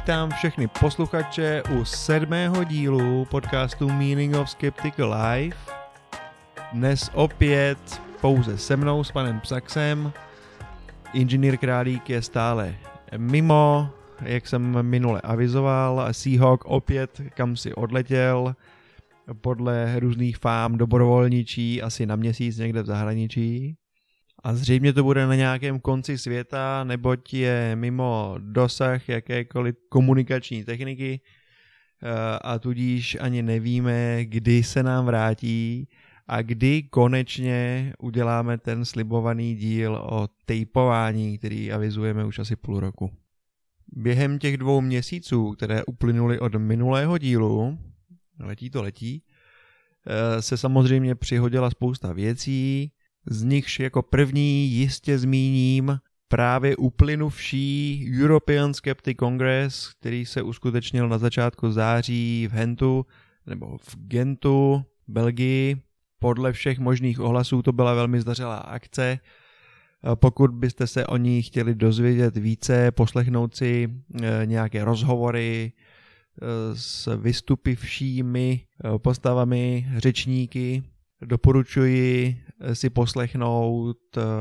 Vítám všechny posluchače u 7. dílu podcastu Meaning of Skeptical Life. Dnes opět pouze se mnou, s panem Psaxem. Inženýr Králík je stále mimo, jak jsem minule avizoval. Seahawk opět kam si odletěl, podle různých fám dobrovolničí asi na měsíc někde v zahraničí. A zřejmě to bude na nějakém konci světa, neboť je mimo dosah jakékoliv komunikační techniky a tudíž ani nevíme, kdy se nám vrátí a kdy konečně uděláme ten slibovaný díl o tejpování, který avizujeme už asi půl roku. Během těch 2 měsíců, které uplynuly od minulého dílu, letí, se samozřejmě přihodila spousta věcí. Z nichž jako první jistě zmíním právě uplynuvší European Skeptic Congress, který se uskutečnil na začátku září v Hentu nebo v Gentu, Belgii. Podle všech možných ohlasů to byla velmi zdařilá akce. Pokud byste se o ní chtěli dozvědět více, poslechnout si nějaké rozhovory s vystupivšími postavami, řečníky, doporučuji si poslechnout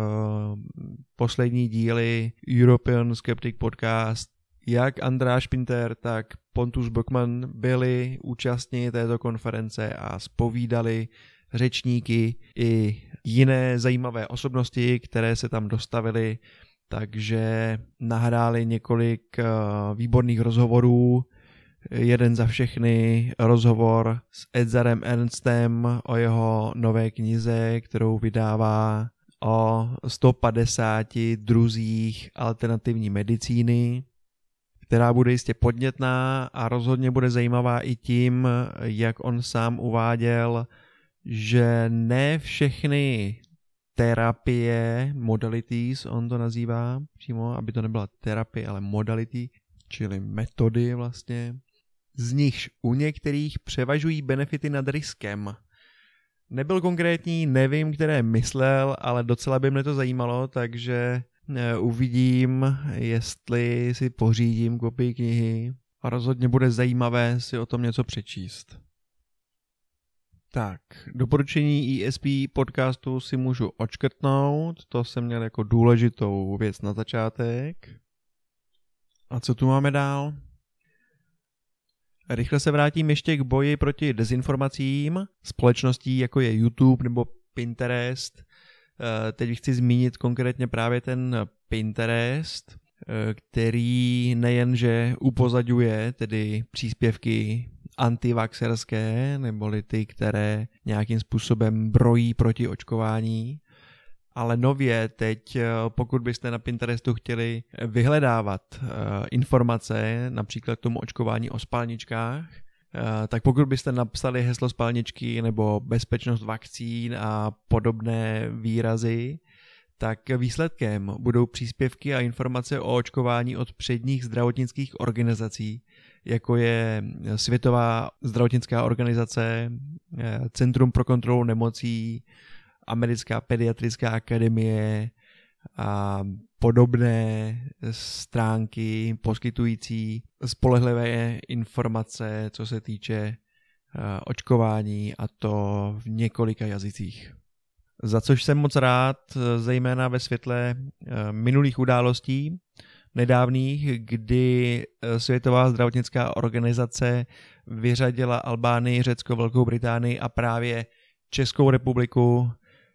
poslední díly European Skeptic Podcast. Jak András Pinter, tak Pontus Böckmann byli účastní této konference a zpovídali řečníky i jiné zajímavé osobnosti, které se tam dostavily, takže nahráli několik výborných rozhovorů. Jeden za všechny rozhovor s Edzardem Ernstem o jeho nové knize, kterou vydává o 150 druzích alternativní medicíny, která bude jistě podnětná a rozhodně bude zajímavá i tím, jak on sám uváděl, že ne všechny terapie, modalities on to nazývá přímo, aby to nebyla terapie, ale modality, čili metody vlastně, z nichž u některých převažují benefity nad riskem. Nebyl konkrétní, nevím, které myslel, ale docela by mě to zajímalo, takže uvidím, jestli si pořídím kopii knihy a rozhodně bude zajímavé si o tom něco přečíst. Tak, doporučení ESP podcastu si můžu odškrtnout, to jsem měl jako důležitou věc na začátek. A co tu máme dál? Rychle se vrátím ještě k boji proti dezinformacím společností, jako je YouTube nebo Pinterest. Teď chci zmínit konkrétně právě ten Pinterest, který nejenže upozadňuje tedy příspěvky antivaxerské, neboli ty, které nějakým způsobem brojí proti očkování, ale nově teď, pokud byste na Pinterestu chtěli vyhledávat informace, například k tomu očkování o spalničkách, tak pokud byste napsali heslo spalničky nebo bezpečnost vakcín a podobné výrazy, tak výsledkem budou příspěvky a informace o očkování od předních zdravotnických organizací, jako je Světová zdravotnická organizace, Centrum pro kontrolu nemocí, Americká pediatrická akademie a podobné stránky poskytující spolehlivé informace, co se týče očkování, a to v několika jazycích. Za což jsem moc rád, zejména ve světle minulých událostí, nedávných, kdy Světová zdravotnická organizace vyřadila Albánii, Řecko, Velkou Británii a právě Českou republiku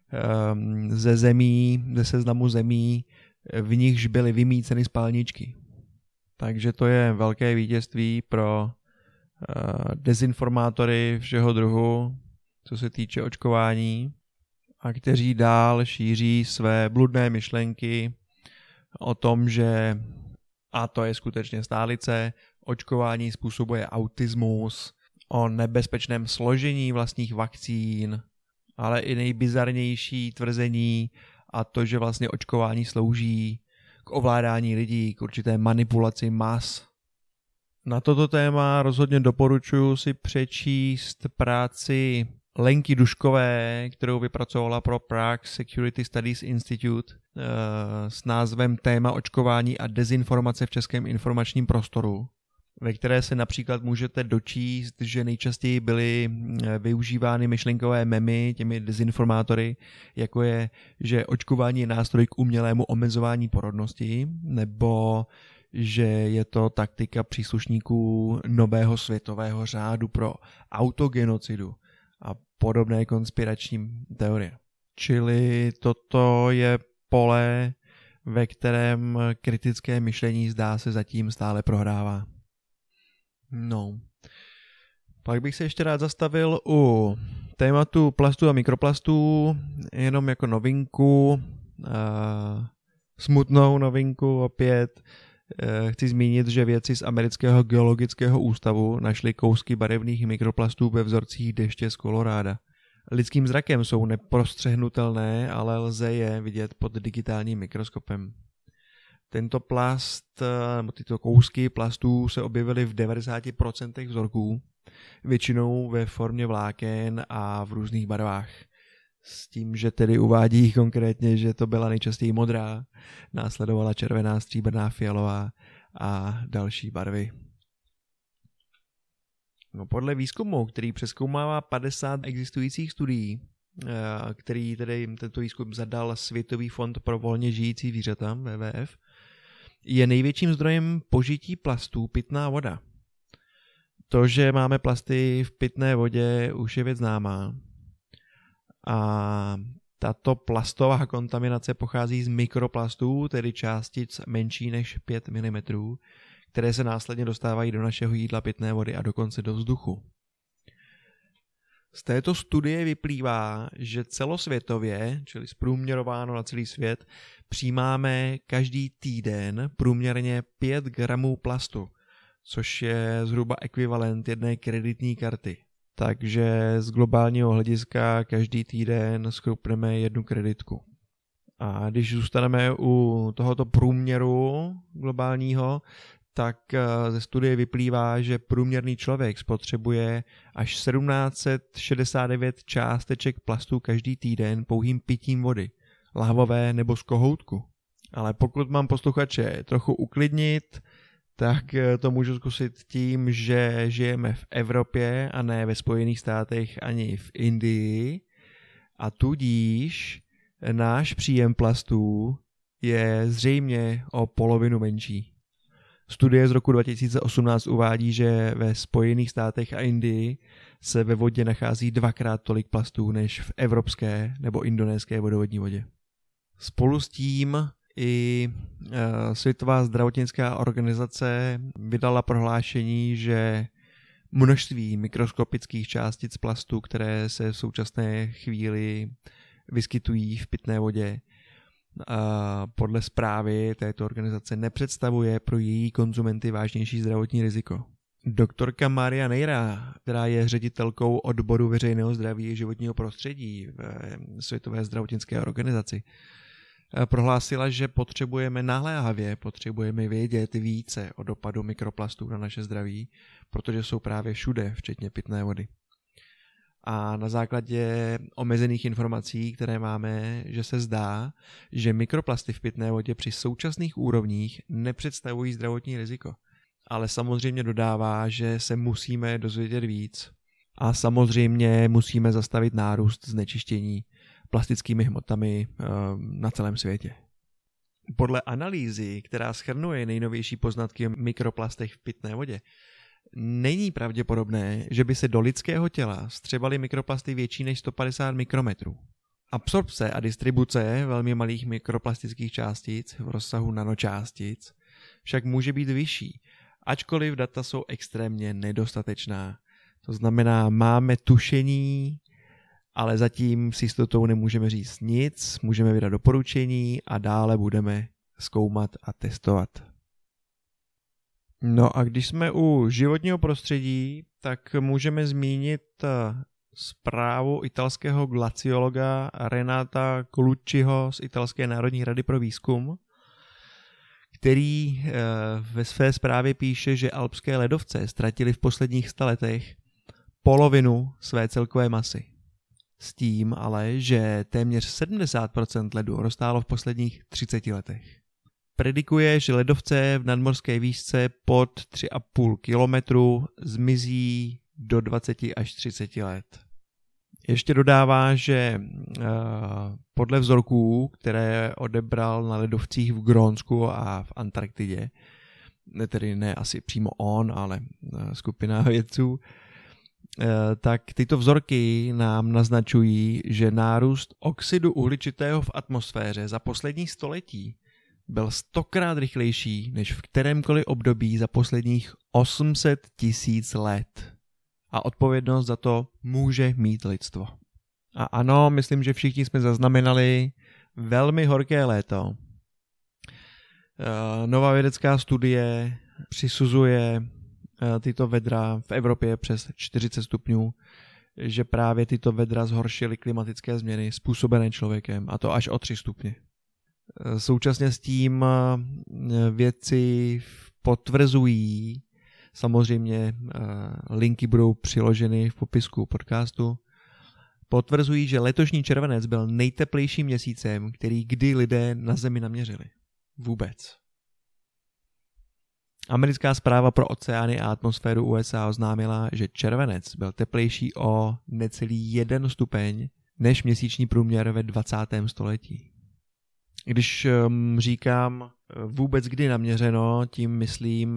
ze seznamu zemí, v nichž byly vymýceny spalničky. Takže to je velké vítězství pro dezinformátory všeho druhu, co se týče očkování, a kteří dál šíří své bludné myšlenky o tom, že, a to je skutečně stálice, očkování způsobuje autismus, o nebezpečném složení vlastních vakcín, ale i nejbizarnější tvrzení a to, že vlastně očkování slouží k ovládání lidí, k určité manipulaci mas. Na toto téma rozhodně doporučuji si přečíst práci Lenky Duškové, kterou vypracovala pro Prague Security Studies Institute s názvem Téma očkování a dezinformace v českém informačním prostoru. ve které se například můžete dočíst, že nejčastěji byly využívány myšlenkové memy těmi dezinformátory, jako je, že očkování je nástroj k umělému omezování porodnosti, nebo že je to taktika příslušníků nového světového řádu pro autogenocidu a podobné konspirační teorie. Čili toto je pole, ve kterém kritické myšlení zdá se zatím stále prohrává. No. Pak bych se ještě rád zastavil u tématu plastů a mikroplastů, jenom jako novinku, smutnou novinku opět. Chci zmínit, že vědci z Amerického geologického ústavu našli kousky barevných mikroplastů ve vzorcích deště z Koloráda. Lidským zrakem jsou neprostřehnutelné, ale lze je vidět pod digitálním mikroskopem. Tento plast, nebo tyto kousky plastů se objevily v 90% vzorků, většinou ve formě vláken a v různých barvách. S tím, že tedy uvádí konkrétně, že to byla nejčastěji modrá, následovala červená, stříbrná, fialová a další barvy. No, podle výzkumu, který přezkoumává 50 existujících studií, který tedy tento výzkum zadal Světový fond pro volně žijící zvířata, WWF, je největším zdrojem požití plastů pitná voda. To, že máme plasty v pitné vodě, už je věc známá. A tato plastová kontaminace pochází z mikroplastů, tedy částic menší než 5 mm, které se následně dostávají do našeho jídla, pitné vody a dokonce do vzduchu. Z této studie vyplývá, že celosvětově, čili zprůměrováno na celý svět, přijímáme každý týden průměrně 5 gramů plastu, což je zhruba ekvivalent jedné kreditní karty. Takže z globálního hlediska každý týden schrupneme 1 kreditku. A když zůstaneme u tohoto průměru globálního, tak ze studie vyplývá, že průměrný člověk spotřebuje až 1769 částeček plastu každý týden pouhým pitím vody, lahvové nebo z kohoutku. Ale pokud mám posluchače trochu uklidnit, tak to můžu zkusit tím, že žijeme v Evropě a ne ve Spojených státech ani v Indii a tudíž náš příjem plastů je zřejmě o polovinu menší. Studie z roku 2018 uvádí, že ve Spojených státech a Indii se ve vodě nachází 2x tolik plastů než v evropské nebo indonéské vodovodní vodě. Spolu s tím i Světová zdravotnická organizace vydala prohlášení, že množství mikroskopických částic plastu, které se v současné chvíli vyskytují v pitné vodě, podle zprávy této organizace nepředstavuje pro její konzumenty vážnější zdravotní riziko. Doktorka Maria Neira, která je ředitelkou odboru veřejného zdraví a životního prostředí v Světové zdravotnické organizaci, prohlásila, že naléhavě potřebujeme vědět více o dopadu mikroplastů na naše zdraví, protože jsou právě všude, včetně pitné vody. A na základě omezených informací, které máme, že se zdá, že mikroplasty v pitné vodě při současných úrovních nepředstavují zdravotní riziko. Ale samozřejmě dodává, že se musíme dozvědět víc a samozřejmě musíme zastavit nárůst znečištění plastickými hmotami na celém světě. Podle analýzy, která shrnuje nejnovější poznatky o mikroplastech v pitné vodě, není pravděpodobné, že by se do lidského těla vstřebaly mikroplasty větší než 150 mikrometrů. Absorpce a distribuce velmi malých mikroplastických částic v rozsahu nanočástic však může být vyšší, ačkoliv data jsou extrémně nedostatečná. To znamená, máme tušení, ale zatím s jistotou nemůžeme říct nic, můžeme vydat doporučení a dále budeme zkoumat a testovat. No a když jsme u životního prostředí, tak můžeme zmínit zprávu italského glaciologa Renata Colucciho z Italské národní rady pro výzkum, který ve své zprávě píše, že alpské ledovce ztratily v posledních 100 letech polovinu své celkové masy. S tím ale, že téměř 70% ledu roztálo v posledních 30 letech. predikuje, že ledovce v nadmořské výšce pod 3,5 kilometru zmizí do 20 až 30 let. Ještě dodává, že podle vzorků, které odebral na ledovcích v Grónsku a v Antarktidě, tedy ne asi přímo on, ale skupina vědců, tak tyto vzorky nám naznačují, že nárůst oxidu uhličitého v atmosféře za poslední století byl 100krát rychlejší než v kterémkoliv období za posledních 800 000 let. A odpovědnost za to může mít lidstvo. A ano, myslím, že všichni jsme zaznamenali velmi horké léto. Nová vědecká studie přisuzuje tyto vedra v Evropě přes 40 stupňů, že právě tyto vedra zhoršily klimatické změny způsobené člověkem, a to až o 3 stupně. Současně s tím vědci potvrzují, samozřejmě linky budou přiloženy v popisku podcastu, potvrzují, že letošní červenec byl nejteplejším měsícem, který kdy lidé na Zemi naměřili. Vůbec. Americká správa pro oceány a atmosféru USA oznámila, že červenec byl teplejší o necelý 1 stupeň než měsíční průměr ve 20. století. Když říkám vůbec kdy naměřeno, tím myslím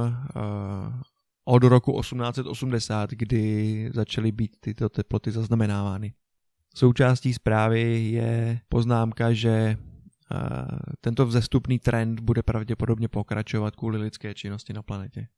od roku 1880, kdy začaly být tyto teploty zaznamenávány. Součástí zprávy je poznámka, že tento vzestupný trend bude pravděpodobně pokračovat kvůli lidské činnosti na planetě.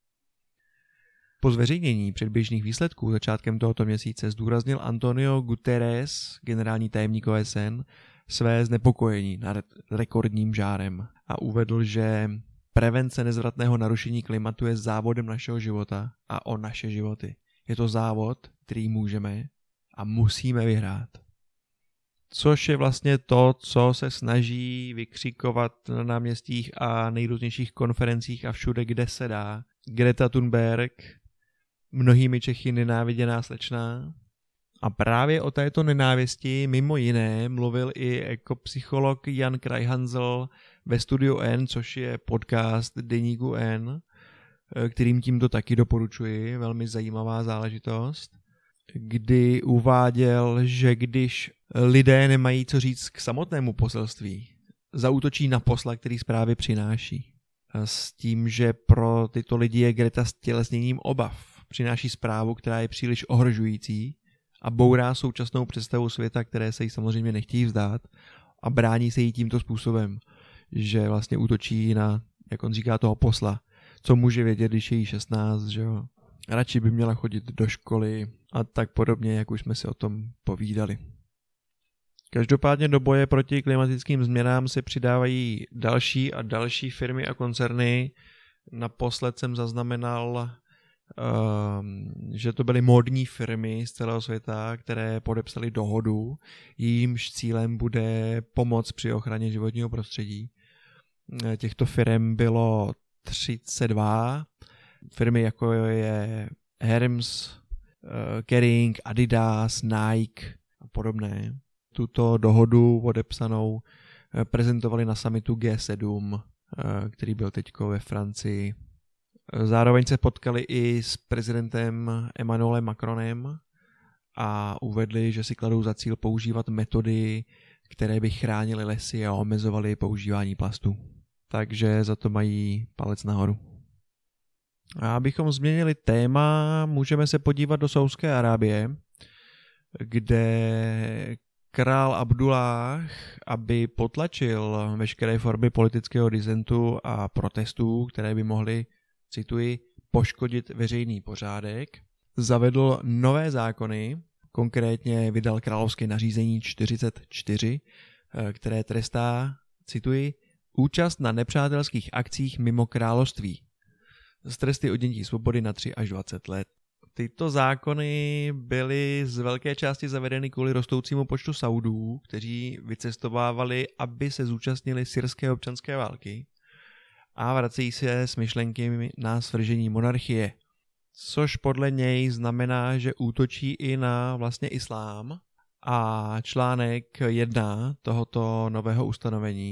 Po zveřejnění předběžných výsledků začátkem tohoto měsíce zdůraznil Antonio Guterres, generální tajemník OSN, své znepokojení nad rekordním žárem a uvedl, že prevence nezvratného narušení klimatu je závodem našeho života a o naše životy. Je to závod, který můžeme a musíme vyhrát. Což je vlastně to, co se snaží vykřikovat na náměstích a nejrůznějších konferencích a všude, kde se dá. Greta Thunberg, mnohými Čechy nenáviděná slečna. A právě o této nenávisti mimo jiné mluvil i ekopsycholog Jan Krajhansl ve Studiu N, což je podcast Deníku N, kterým tímto taky doporučuji, velmi zajímavá záležitost, kdy uváděl, že když lidé nemají co říct k samotnému poselství, zaútočí na posla, který zprávy přináší. S tím, že pro tyto lidi je Greta stělesněním obav. Přináší zprávu, která je příliš ohrožující a bourá současnou představu světa, které se jí samozřejmě nechtějí vzdát a brání se jí tímto způsobem, že vlastně útočí na, jak on říká, toho posla, co může vědět, když je jí 16, že jo. Radši by měla chodit do školy a tak podobně, jak už jsme si o tom povídali. Každopádně do boje proti klimatickým změnám se přidávají další a další firmy a koncerny. Naposled jsem zaznamenal, že to byly módní firmy z celého světa, které podepsaly dohodu, jejímž cílem bude pomoc při ochraně životního prostředí. Těchto firm bylo 32. Firmy jako je Hermes, Kering, Adidas, Nike a podobné. Tuto dohodu podepsanou prezentovali na summitu G7, který byl teďko ve Francii. Zároveň se potkali i s prezidentem Emmanuelem Macronem a uvedli, že si kladou za cíl používat metody, které by chránily lesy a omezovaly používání plastu. Takže za to mají palec nahoru. A abychom změnili téma, můžeme se podívat do Saúdské Arábie, kde král Abdullah, aby potlačil veškeré formy politického disentu a protestů, které by mohly, cituji, poškodit veřejný pořádek, zavedl nové zákony, konkrétně vydal královské nařízení 44, které trestá, cituji, účast na nepřátelských akcích mimo království s tresty odnětí svobody na 3 až 20 let. Tyto zákony byly z velké části zavedeny kvůli rostoucímu počtu Saudů, kteří vycestovávali, aby se zúčastnili syrské občanské války a vracejí se s myšlenky na svržení monarchie, což podle něj znamená, že útočí i na vlastně islám a článek 1 tohoto nového ustanovení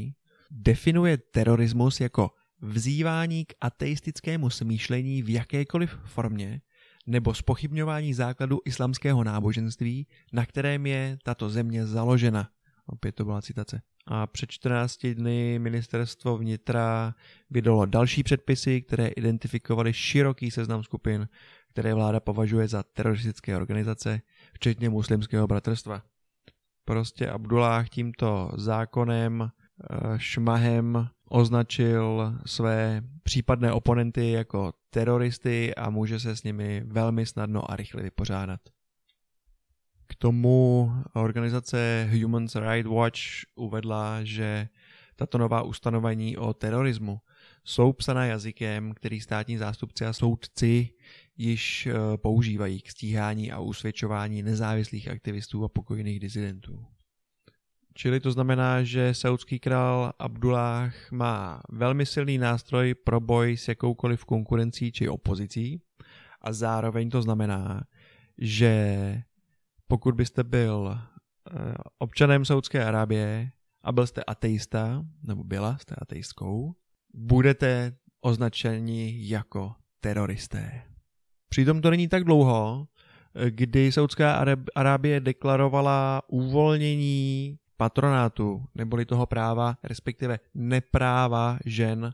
definuje terorismus jako vzývání k ateistickému smýšlení v jakékoliv formě nebo zpochybňování základu islamského náboženství, na kterém je tato země založena. Opět to byla citace. A před 14 dny ministerstvo vnitra vydalo další předpisy, které identifikovaly široký seznam skupin, které vláda považuje za teroristické organizace, včetně muslimského bratrstva. Prostě Abdullah tímto zákonem, šmahem označil své případné oponenty jako teroristy a může se s nimi velmi snadno a rychle vypořádat. K tomu organizace Human Rights Watch uvedla, že tato nová ustanovení o terorismu jsou psaná jazykem, který státní zástupci a soudci již používají k stíhání a usvědčování nezávislých aktivistů a pokojných disidentů. Čili to znamená, že saudský král Abdullah má velmi silný nástroj pro boj s jakoukoliv konkurencí či opozicí a zároveň to znamená, že pokud byste byl občanem Saudské Arábie a byl jste ateista, nebo byla jste ateistkou, budete označeni jako teroristé. Přitom to není tak dlouho, kdy Saudská Arábie deklarovala uvolnění patronátu, neboli toho práva, respektive nepráva žen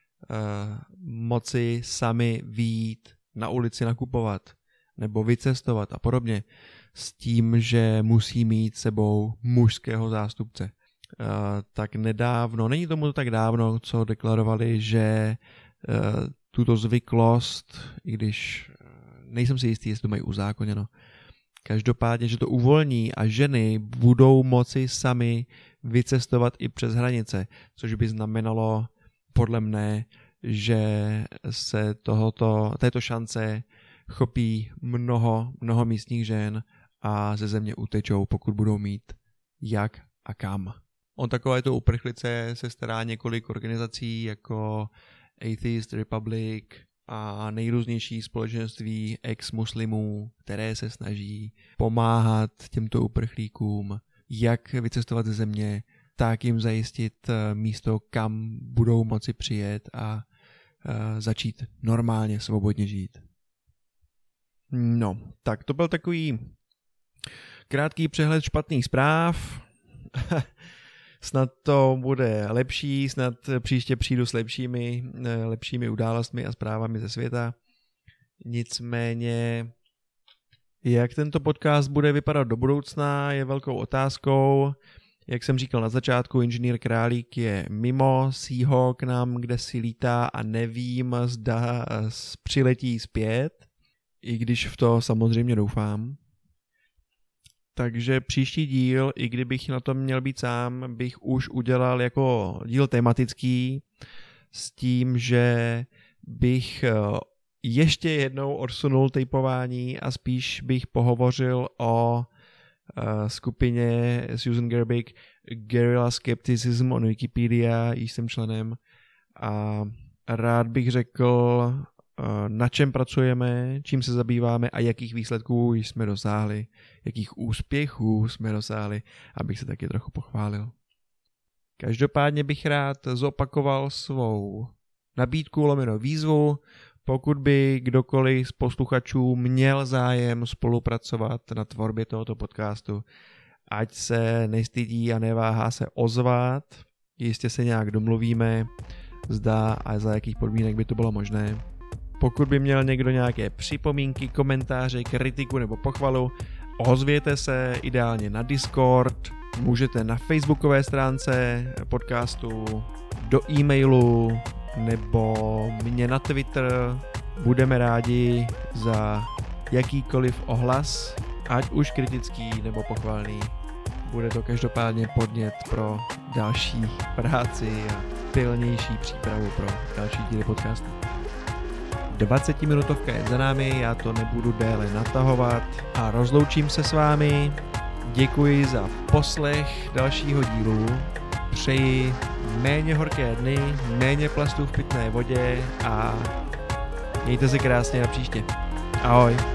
moci sami vyjít na ulici nakupovat nebo vycestovat a podobně, s tím, že musí mít sebou mužského zástupce. Tak nedávno, není tomu tak dávno, co deklarovali, že tuto zvyklost, i když nejsem si jistý, jestli to mají uzákoněno, každopádně, že to uvolní a ženy budou moci sami vycestovat i přes hranice, což by znamenalo podle mne, že se této šance chopí mnoho místních žen a ze země utečou, pokud budou mít jak a kam. O takovéto uprchlice se stará několik organizací jako Atheist Republic a nejrůznější společenství ex-muslimů, které se snaží pomáhat těmto uprchlíkům, jak vycestovat ze země, tak jim zajistit místo, kam budou moci přijet a začít normálně, svobodně žít. No, tak to byl takový krátký přehled špatných zpráv. Snad to bude lepší, snad příště přijdu s lepšími událostmi a zprávami ze světa. Nicméně, jak tento podcast bude vypadat do budoucna, je velkou otázkou. Jak jsem říkal na začátku, inženýr Králík je mimo, Seahawk nám kde si lítá a nevím, zda přiletí zpět, i když v to samozřejmě doufám. Takže příští díl, i kdybych na tom měl být sám, bych už udělal jako díl tematický s tím, že bych ještě jednou odsunul tejpování a spíš bych pohovořil o skupině Susan Gerbic Guerrilla Skepticism on Wikipedia, již jsem členem, a rád bych řekl, na čem pracujeme, čím se zabýváme a jakých výsledků jsme dosáhli, jakých úspěchů jsme dosáhli, abych se taky trochu pochválil. Každopádně bych rád zopakoval svou nabídku / výzvu, pokud by kdokoliv z posluchačů měl zájem spolupracovat na tvorbě tohoto podcastu, ať se nestydí a neváhá se ozvat, jistě se nějak domluvíme, zda a za jakých podmínek by to bylo možné. Pokud by měl někdo nějaké připomínky, komentáře, kritiku nebo pochvalu, ozvěte se ideálně na Discord, můžete na facebookové stránce podcastu, do e-mailu nebo mě na Twitter. Budeme rádi za jakýkoliv ohlas, ať už kritický nebo pochvalný. Bude to každopádně podnět pro další práci a pilnější přípravu pro další díly podcastu. 20-minutovka je za námi, já to nebudu déle natahovat a rozloučím se s vámi. Děkuji za poslech dalšího dílu. Přeji méně horké dny, méně plastů v pitné vodě a mějte se krásně na příště. Ahoj.